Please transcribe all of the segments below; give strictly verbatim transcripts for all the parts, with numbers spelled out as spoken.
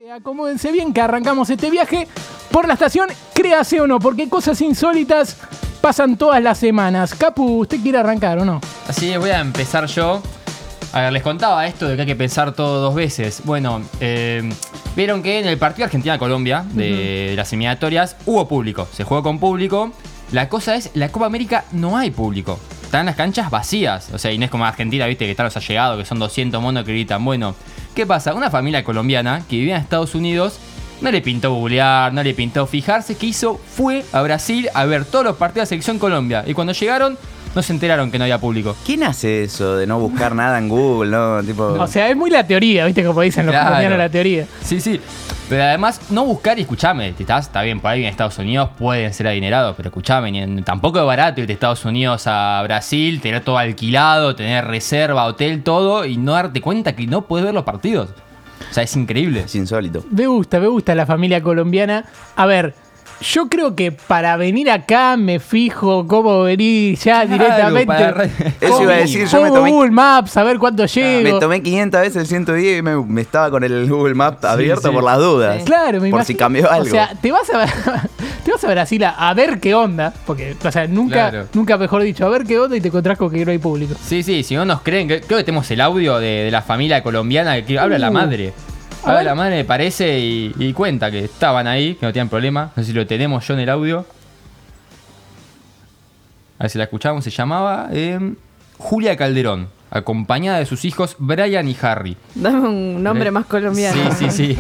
Acomódense bien que arrancamos este viaje por la estación Créase o No, porque cosas insólitas pasan todas las semanas. Capu, ¿usted quiere arrancar o no? Así es, voy a empezar yo. A ver, les contaba esto de que hay que pensar todo dos veces. Bueno, eh, vieron que en el partido Argentina-Colombia de, uh-huh. de las eliminatorias hubo público, se jugó con público. La cosa es, la Copa América no hay público. Están las canchas vacías. O sea, y no es como Argentina, viste, que están los allegados, que son doscientos monos que gritan. Bueno, ¿qué pasa? Una familia colombiana que vivía en Estados Unidos no le pintó googlear, no le pintó fijarse. ¿Qué hizo? Fue a Brasil a ver todos los partidos de Selección Colombia. Y cuando llegaron, no se enteraron que no había público. ¿Quién hace eso de no buscar nada en Google, no? Tipo... O sea, es muy la teoría, viste, como dicen los Claro. colombianos, la teoría. Sí, sí. Pero además, no buscar y escuchame, estás, está bien, por ahí en Estados Unidos pueden ser adinerados, pero escuchame, ni- tampoco es barato ir de Estados Unidos a Brasil, tener todo alquilado, tener reserva, hotel, todo, y no darte cuenta que no puedes ver los partidos. O sea, es increíble. Es insólito. Me gusta, me gusta la familia colombiana. A ver, yo creo que para venir acá me fijo cómo venir ya Claro, directamente. para- Eso iba a decir, yo me Pongo tomé- Google Maps, a ver cuánto llego. Me tomé quinientas veces el ciento diez y me, me estaba con el Google Maps abierto sí. por las dudas. Claro, me Por imagino. si cambió algo. O sea, te vas a, te vas a Brasil a, a ver qué onda. Porque, o sea, nunca, Claro. nunca mejor dicho, a ver qué onda y te encontrás con que no hay público. Sí, sí, si no nos creen, que- creo que tenemos el audio de, de la familia colombiana que habla Uh. la madre. A Habla ver. la madre, me parece, y, y cuenta que estaban ahí, que no tenían problema. No sé si lo tenemos yo en el audio. A ver si la escuchamos. Se llamaba eh, Julia Calderón, acompañada de sus hijos Brian y Harry. Dame un nombre Eh, más colombiano. Sí, sí, sí.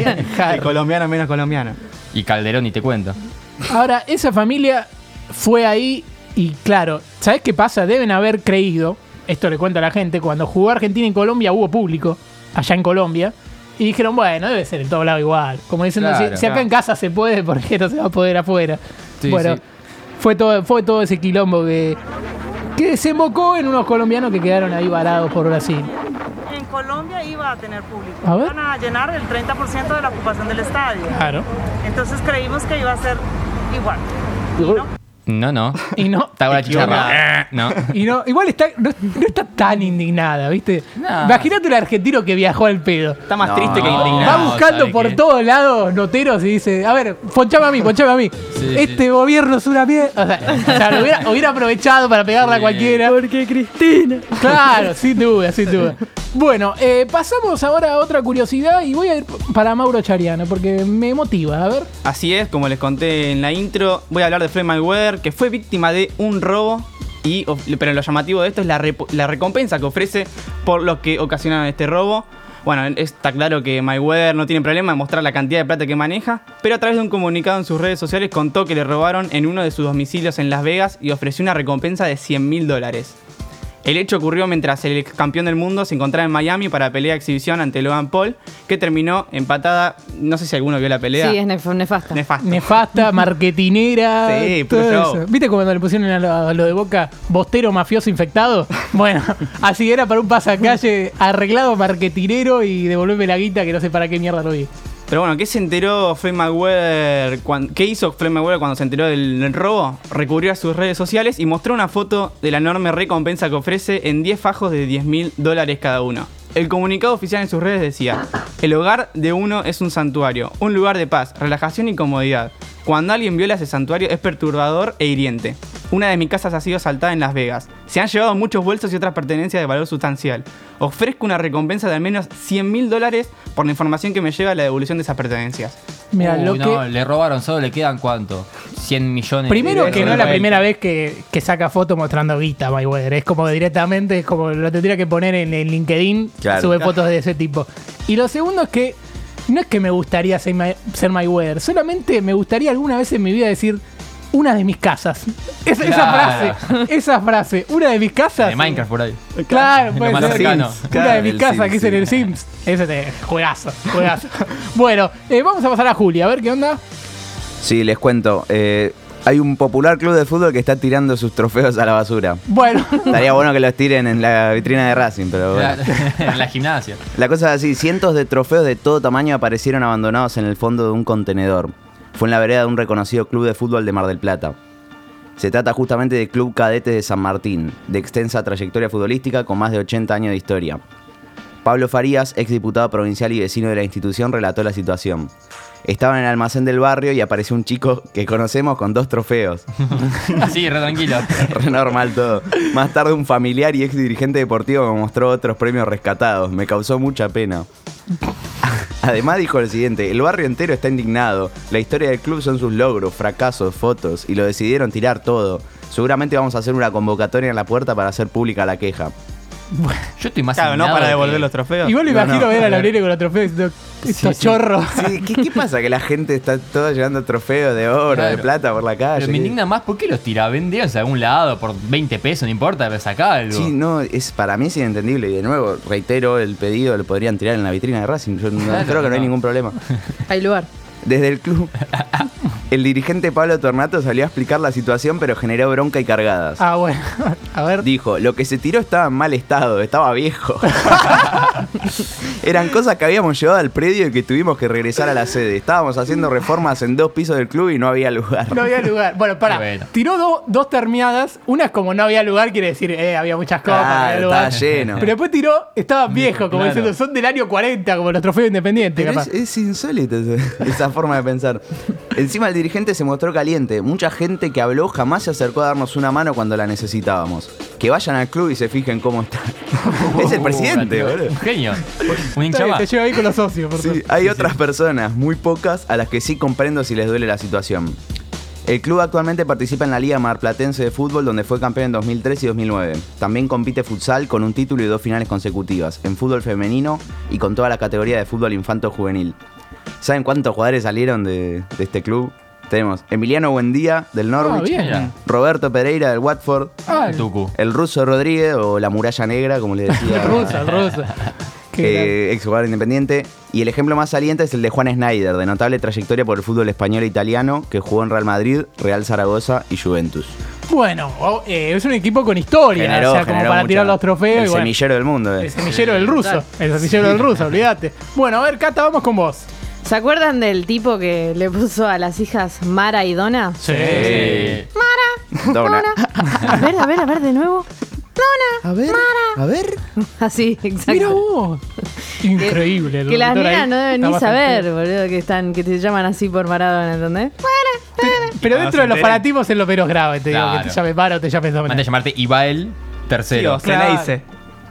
El colombiano menos colombiano. Y Calderón, y te cuento. Ahora, esa familia fue ahí y claro, ¿sabés qué pasa? Deben haber creído, esto le cuento a la gente, cuando jugó Argentina en Colombia hubo público, allá en Colombia, y dijeron, bueno, debe ser en todo lado igual. Como diciendo, Claro, si, si acá claro. en casa se puede, ¿por qué no se va a poder afuera? Sí, bueno, sí. Fue, todo, fue todo ese quilombo que, que desembocó en unos colombianos que quedaron ahí varados por Brasil. En Colombia iba a tener público. A ver. Iban a llenar el treinta por ciento de la ocupación del estadio. Claro. Entonces creímos que iba a ser igual. Y no. No, no. Y no. Está con la chicharra. No. Y no, igual está, no, no está tan indignada, ¿viste? No. Imagínate un argentino que viajó al pedo. Está más No, triste que no. indignado. Va buscando ¿sabe por qué? todos lados noteros y dice, a ver, ponchame a mí, ponchame a mí. Sí, este sí. gobierno es una mierda. O sea, o sea, lo hubiera, hubiera aprovechado para pegarle a Sí. cualquiera. Porque Cristina. Claro, sin duda, sin duda. Bueno, eh, pasamos ahora a otra curiosidad y voy a ir para Mauro Chariano porque me motiva. A ver. Así es, como les conté en la intro, voy a hablar de Floyd Mayweather, que fue víctima de un robo. Y, of- pero lo llamativo de esto es la, repo- la recompensa que ofrece por lo que ocasionaron este robo. Bueno, está claro que Mayweather no tiene problema en mostrar la cantidad de plata que maneja, pero a través de un comunicado en sus redes sociales contó que le robaron en uno de sus domicilios en Las Vegas y ofreció una recompensa de cien mil dólares. El hecho ocurrió mientras el ex campeón del mundo se encontraba en Miami para pelea de exhibición ante Logan Paul, que terminó empatada. No sé si alguno vio la pelea. Sí, es nef- nefasta. Nefasto. Nefasta, marketinera. Sí, todo puro show. eso. ¿Viste cuando le pusieron a lo, a lo de Boca bostero mafioso infectado? Bueno, así era para un pasacalle arreglado marketinero y devolverme la guita que no sé para qué mierda lo vi. Pero bueno, ¿qué se enteró Floyd Mayweather? cuan- ¿Qué hizo Floyd Mayweather cuando se enteró del, del robo? Recurrió a sus redes sociales y mostró una foto de la enorme recompensa que ofrece en diez fajos de diez mil dólares cada uno. El comunicado oficial en sus redes decía: el hogar de uno es un santuario, un lugar de paz, relajación y comodidad. Cuando alguien viola ese santuario es perturbador e hiriente. Una de mis casas ha sido asaltada en Las Vegas. Se han llevado muchos bolsos y otras pertenencias de valor sustancial. Ofrezco una recompensa de al menos cien mil dólares por la información que me lleva a la devolución de esas pertenencias. Mira, Uy, lo no, que. le robaron solo, le quedan ¿cuánto? cien millones. Primero de que no es dólares. la primera vez que, que saca foto mostrando guita Mayweather. Es como directamente, es como lo tendría que poner en el LinkedIn, Claro. sube fotos de ese tipo. Y lo segundo es que no es que me gustaría ser, May- ser Mayweather, solamente me gustaría alguna vez en mi vida decir una de mis casas. Esa, esa Claro. frase, esa frase, una de mis casas. De Minecraft por ahí. Claro, Lo puede más ser. cercano. Una Claro, de mis el casas Sims, que es en sí. el Sims. Ese te, juegazo, juegazo. Bueno, eh, vamos a pasar a Julia, a ver qué onda. Sí, les cuento. eh, hay un popular club de fútbol que está tirando sus trofeos a la basura. Bueno, Estaría bueno que los tiren en la vitrina de Racing, pero bueno. En la gimnasia. La cosa es así, cientos de trofeos de todo tamaño aparecieron abandonados en el fondo de un contenedor. Fue en la vereda de un reconocido club de fútbol de Mar del Plata. Se trata justamente del Club Cadetes de San Martín, de extensa trayectoria futbolística con más de ochenta años de historia. Pablo Farías, exdiputado provincial y vecino de la institución, relató la situación. Estaba en el almacén del barrio y apareció un chico que conocemos con dos trofeos. Sí, re tranquilo. Re normal todo. Más tarde un familiar y ex dirigente deportivo me mostró otros premios rescatados. Me causó mucha pena. Además dijo lo siguiente: el barrio entero está indignado. La historia del club son sus logros, fracasos, fotos, y lo decidieron tirar todo. Seguramente vamos a hacer una convocatoria en la puerta para hacer pública la queja. Yo estoy más Claro, no indignado para de devolver que- los trofeos. Igual me No, imagino no. ver a la Aurelio con los trofeos diciendo, estos sí. chorros. Sí, ¿qué, ¿Qué pasa? Que la gente está toda llevando trofeos de oro, Claro. de plata por la calle. Pero me indigna más, ¿por qué los tira? Vendíos a algún lado por veinte pesos, no importa, pero sacá algo. Sí, no, es, para mí es inentendible. Y de nuevo, reitero, el pedido lo podrían tirar en la vitrina de Racing. Yo no, Claro, creo que no hay no. ningún problema. Hay lugar. Desde el club, el dirigente Pablo Tornato salió a explicar la situación, pero generó bronca y cargadas. Ah, bueno. A ver. Dijo, lo que se tiró estaba en mal estado, estaba viejo. Eran cosas que habíamos llevado al predio y que tuvimos que regresar a la sede. Estábamos haciendo reformas en dos pisos del club y no había lugar. No había lugar. Bueno, para. Bueno. Tiró do- dos termiadas. Una es como no había lugar, quiere decir, eh, había muchas cosas. no Ah, había estaba lugar. lleno. Pero después tiró, estaban viejos, como Claro. diciendo, son del año cuarenta, como los trofeos independientes, Pero capaz. es, es insólito ese- esa forma de pensar. Encima el dirigente se mostró caliente. Mucha gente que habló jamás se acercó a darnos una mano cuando la necesitábamos. Que vayan al club y se fijen cómo está. Es el presidente, Uh, boludo. Un genio. Un Está hincha bien, más. te lleva ahí con los socios, por Sí, suerte. hay otras personas, muy pocas, a las que sí comprendo si les duele la situación. El club actualmente participa en la Liga Marplatense de Fútbol, donde fue campeón en dos mil tres y dos mil nueve. También compite futsal con un título y dos finales consecutivas, en fútbol femenino y con toda la categoría de fútbol infanto-juvenil. ¿Saben cuántos jugadores salieron de, de este club? Tenemos Emiliano Buendía, del Norwich, bien. Mira, Roberto Pereira, del Watford, Ah, el Tucu. el ruso Rodríguez, o la Muralla Negra, como le decía. ruso, el ruso. Qué Eh, ex jugador independiente. Y el ejemplo más saliente es el de Juan Snyder, de notable trayectoria por el fútbol español e italiano, que jugó en Real Madrid, Real Zaragoza y Juventus. Bueno, oh, eh, es un equipo con historia, Generó- o sea, como generó para mucha- tirar los trofeos. El y bueno, semillero del mundo. eh. el semillero del ruso. El semillero del ruso, olvídate. Bueno, a ver, Cata, vamos con vos. ¿Se acuerdan del tipo que le puso a las hijas Mara y Donna? Sí. Eh, Dona. A ver, a ver, a ver de nuevo. A ver, a ver. Así, exacto. Mira vos. Increíble. el Que las doctor ahí nenas no deben está ni más saber, activo. boludo, que están, que te llaman así por Maradona, ¿entendés? Pero Ah, dentro se de los enteren. fanatismos es lo menos grave, te digo, Claro. que te llame Mara o te llames Dona. Antes de llamarte Ibael Sí, tercero. o Claro. Ceneice.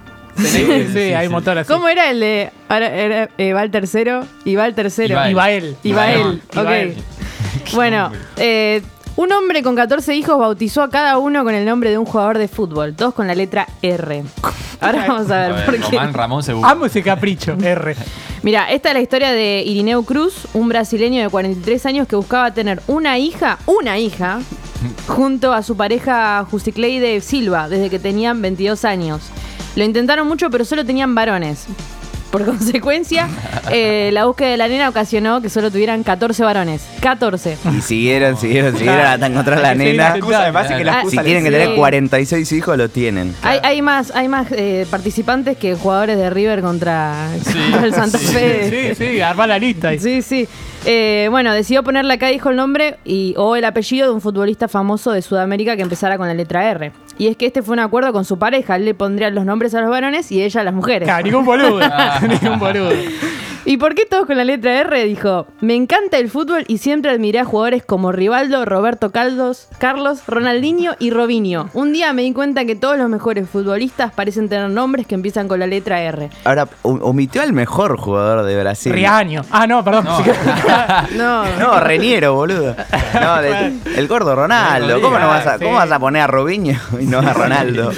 Sí, sí, hay motor así. ¿Cómo era el de. Ahora era, eh, va el tercero? Y va el tercero. Ibael. Ibael. Ibael, Ibael. ok. Bueno, eh, un hombre con catorce hijos bautizó a cada uno con el nombre de un jugador de fútbol, todos con la letra R. Ahora vamos a A ver ver, por qué. Román Ramón seguro. Amo ese capricho, R. Mira, esta es la historia de Irineu Cruz, un brasileño de cuarenta y tres años que buscaba tener una hija, una hija, junto a su pareja Jusicleide Silva, desde que tenían veintidós años. Lo intentaron mucho, pero solo tenían varones. Por consecuencia, eh, la búsqueda de la nena ocasionó que solo tuvieran catorce varones. catorce. Y siguieron, siguieron, siguieron hasta encontrar la Hay que seguir nena. intentando. Excusa, me parece que la Ah, excusa Si le tienen que Sí. tener cuarenta y seis hijos, lo tienen. Hay, hay más, hay más eh, participantes que jugadores de River contra, contra el Santa Fe. Sí, sí, armá la lista. ahí. Sí, sí. Eh, bueno, decidió ponerle acá, dijo el nombre y, o el apellido de un futbolista famoso de Sudamérica que empezara con la letra R. Y es que este fue un acuerdo con su pareja. Él le pondría los nombres a los varones y ella a las mujeres. Claro, ningún boludo. ningún boludo. ¿Y por qué todos con la letra R? Dijo, me encanta el fútbol y siempre admiré a jugadores como Rivaldo, Roberto Caldos, Carlos, Ronaldinho y Robinho. Un día me di cuenta que todos los mejores futbolistas parecen tener nombres que empiezan con la letra R. Ahora, o- omitió al mejor jugador de Brasil. Riaño. Ah, no, perdón. No. No, No, Reniero, boludo. No, de- el gordo Ronaldo. ¿Cómo, no vas a, Sí. ¿Cómo vas a poner a Robinho y no a Ronaldo?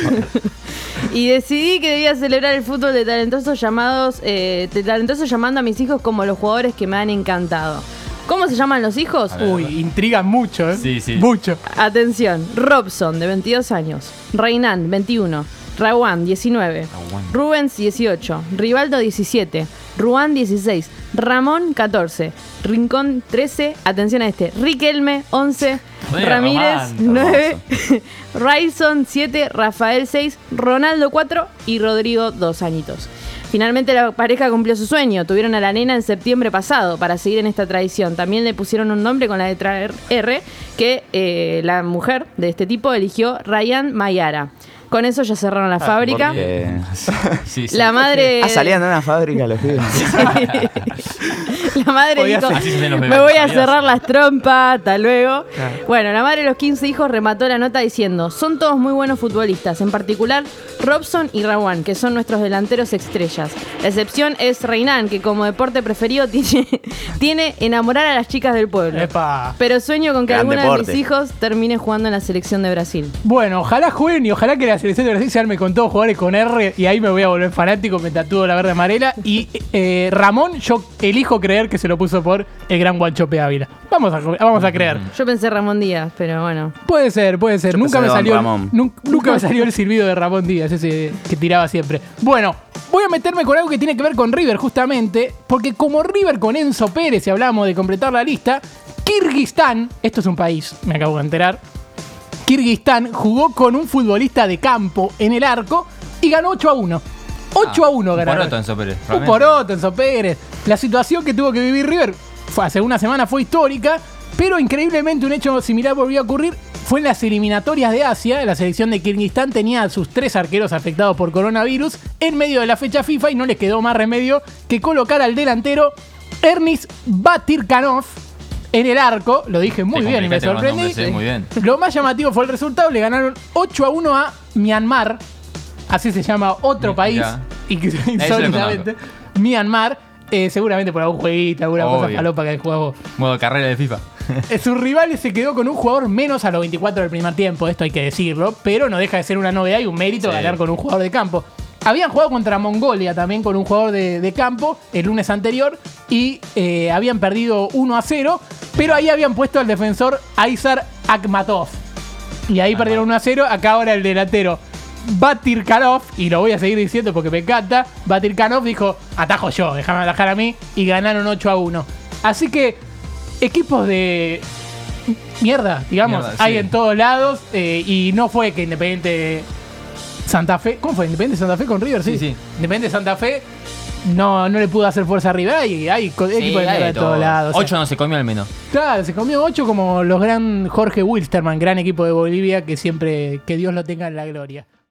Y decidí que debía celebrar el fútbol de talentosos llamados, eh, de talentosos llamando a mis hijos como los jugadores que me han encantado. ¿Cómo se llaman los hijos? A ver. Uy, intrigan mucho, ¿eh? Sí, sí. Mucho. Atención, Robson, de veintidós años, Reinan, veintiuno, Rawan, diecinueve, Rawan. Rubens, dieciocho, Rivaldo, diecisiete, Ruan, dieciséis, Ramón, catorce, Rincón, trece, atención a este, Riquelme, once, Bueno, Ramírez, Román. nueve, Raison, siete, Rafael, seis, Ronaldo, cuatro y Rodrigo, dos añitos. Finalmente la pareja cumplió su sueño. Tuvieron a la nena en septiembre pasado para seguir en esta tradición. También le pusieron un nombre con la letra R que eh, la mujer de este tipo eligió Ryan Mayara. Con eso ya cerraron la fábrica. Eh, Sí, sí. La madre... ah, salían de una fábrica los pibes. La madre Podía dijo, ser. Así se hacen los me bebés, voy a ¿sabías? cerrar las trompas, hasta luego. Bueno, la madre de los quince hijos remató la nota diciendo, son todos muy buenos futbolistas, en particular Robson y Rawan, que son nuestros delanteros estrellas. La excepción es Reynán, que como deporte preferido tiene, tiene enamorar a las chicas del pueblo. Epa. Pero sueño con que Gran alguno de deporte. mis hijos termine jugando en la selección de Brasil. Bueno, ojalá jueguen y ojalá que la selección de Brasil se arme con todos jugadores con R y ahí me voy a volver fanático, me tatúo la verde amarela. Y eh, Ramón, yo elijo creer que se lo puso por el gran Guanchope Ávila. Vamos a, vamos a creer. Yo pensé Ramón Díaz, pero bueno. Puede ser, puede ser. Yo Nunca pensé me, Don salió, Ramón. nun- nunca me salió el silbido de Ramón Díaz, ese que tiraba siempre. Bueno, voy a meterme con algo que tiene que ver con River, justamente, porque como River con Enzo Pérez, si hablamos de completar la lista, Kirguistán, esto es un país, me acabo de enterar, Kirguistán jugó con un futbolista de campo en el arco y ganó ocho a uno. ocho a uno Un ganaron. poroto Enzo Pérez, Un realmente. poroto Enzo Pérez. La situación que tuvo que vivir River fue hace una semana fue histórica, pero increíblemente un hecho similar volvió a ocurrir. Fue en las eliminatorias de Asia. La selección de Kirguistán tenía a sus tres arqueros afectados por coronavirus en medio de la fecha FIFA y no les quedó más remedio que colocar al delantero Ernest Batirkanov en el arco. Lo dije muy Te bien y me complicaste con los sorprendí. nombres, eh, muy bien. Lo más llamativo fue el resultado. Le ganaron ocho a uno a Myanmar. Así se llama otro Mi- país. mirá. Y que Ahí se lo insólitamente. Myanmar. eh, seguramente por algún jueguito, alguna cosa Obvio. falopa que hay jugado. Modo carrera de FIFA. Eh, Su rival se quedó con un jugador menos a los veinticuatro del primer tiempo, esto hay que decirlo, pero no deja de ser una novedad y un mérito Sí. ganar con un jugador de campo. Habían jugado contra Mongolia también con un jugador de, de campo el lunes anterior y eh, habían perdido uno a cero, pero ahí habían puesto al defensor Aizar Akhmatov. Y ahí perdieron uno a cero, acá ahora el delantero Batirkanov, y lo voy a seguir diciendo porque me encanta, Batirkanov dijo, atajo yo, déjame atajar a mí, y ganaron ocho a uno. Así que equipos de mierda, digamos, Mierda, hay sí. en todos lados, eh, y no fue que Independiente Santa Fe, ¿cómo fue? Independiente Santa Fe con River, sí. Sí, sí. Independiente Santa Fe no, no le pudo hacer fuerza a River, y hay co- equipos de Sí, mierda hay de de todos todo. lados. o sea. Ocho no se comió al menos. Claro, se comió ocho como los gran Jorge Wilstermann, gran equipo de Bolivia, que siempre, que Dios lo tenga en la gloria.